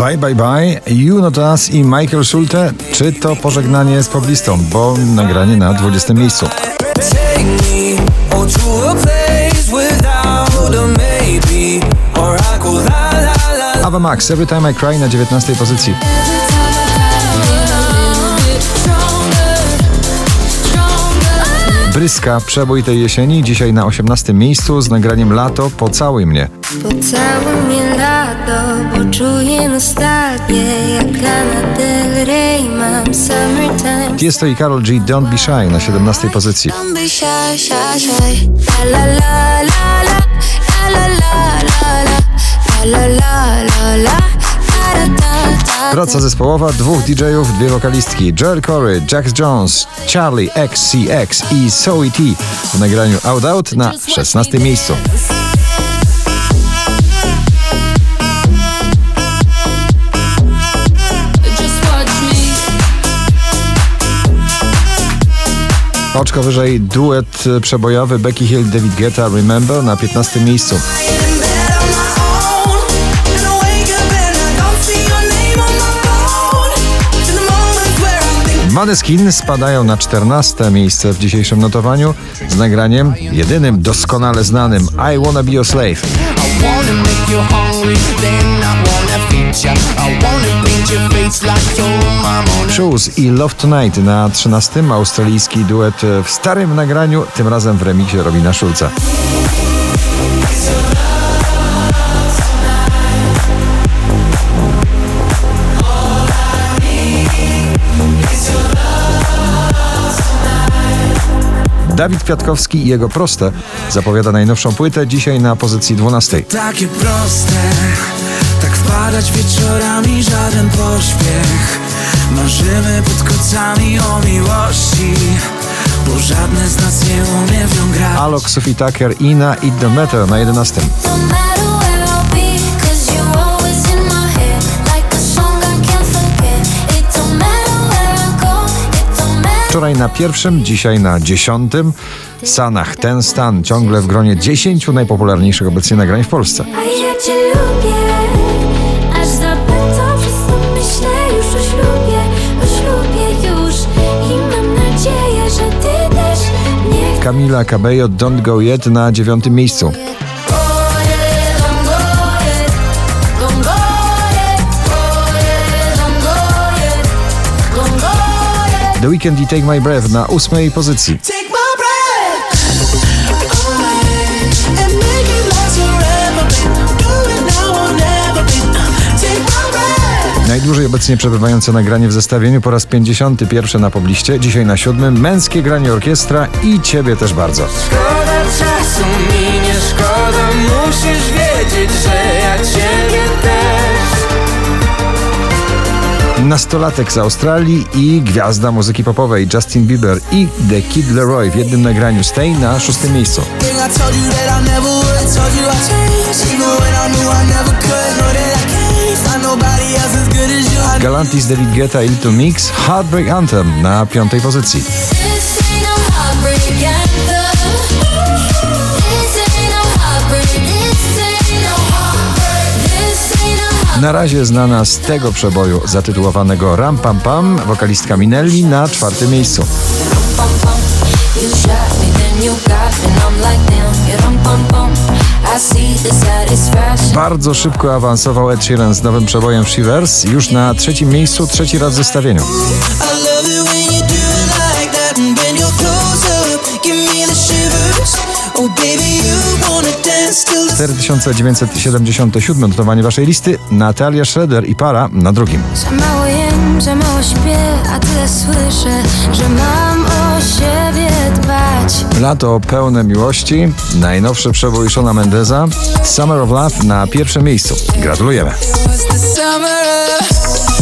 Bye Bye Bye, You Not Us i Michael Schulte. Czy to pożegnanie z poblistą, bo nagranie na 20. miejscu. Ava Max, Every Time I Cry na 19. pozycji. Bryska, przebój tej jesieni, dzisiaj na 18. miejscu z nagraniem Lato, Pocałuj mnie. Pocałuj mnie lato, bo czuję nostalgię, jak Lana Del Rey, mam summertime. Tiesto i Karol G, Don't Be Shy na 17. pozycji. Praca zespołowa, dwóch DJ-ów, dwie wokalistki, Joel Corey, Jax Jones, Charlie XCX i Zoe T w nagraniu Out Out na 16. miejscu. Oczko wyżej duet przebojowy Becky Hill, David Guetta, Remember na 15. miejscu. Måneskin spadają na 14. miejsce w dzisiejszym notowaniu z nagraniem jedynym doskonale znanym I Wanna Be Your Slave. Shoes i Love Tonight na 13. Australijski duet w starym nagraniu, tym razem w remiksie Robina Schulza. Dawid Kwiatkowski i jego Proste zapowiada najnowszą płytę, dzisiaj na pozycji 12. Takie proste, tak wpadać wieczorami, żaden pośpiech. Marzymy pod kocami o miłości, bo żadne z nas nie umie w nią grać. Alok, Sophie Tucker i na It Don't Matter na 11. Wczoraj na 1., dzisiaj na 10. Sanach. Ten stan ciągle w gronie 10 najpopularniejszych obecnie nagrań w Polsce. A ja cię lubię, aż zapytam, wszystko myślę już o ślubie już i mam nadzieję, że ty też mnie. Camila Cabello, Don't Go Yet na 9. miejscu. The Weeknd i Take My Breath na 8. pozycji. Najdłużej obecnie przebywające nagranie w zestawieniu, po raz 51. na pobliście, dzisiaj na 7. Męskie granie orkiestra i Ciebie też bardzo. Szkoda czasu mi nie szkoda, musisz wiedzieć, że ja ciebie też. Nastolatek z Australii i gwiazda muzyki popowej Justin Bieber i The Kid Laroi w jednym nagraniu Stay na 6. miejscu. Galantis, David Guetta i Little Mix, Heartbreak Anthem na 5. pozycji. Na razie znana z tego przeboju zatytułowanego Ram Pam Pam, wokalistka Minelli na 4. miejscu. Bardzo szybko awansował Ed Sheeran z nowym przebojem Shivers, już na 3. miejscu, 3. raz w zestawieniu. 4977 notowanie waszej listy. Natalia Schroeder i Para na 2. Za mało jem, za mało śpię, a tyle słyszę, że mam o siebie dbać. Lato pełne miłości. Najnowszy przebój Shona Mendeza, Summer of Love na 1. miejscu. Gratulujemy.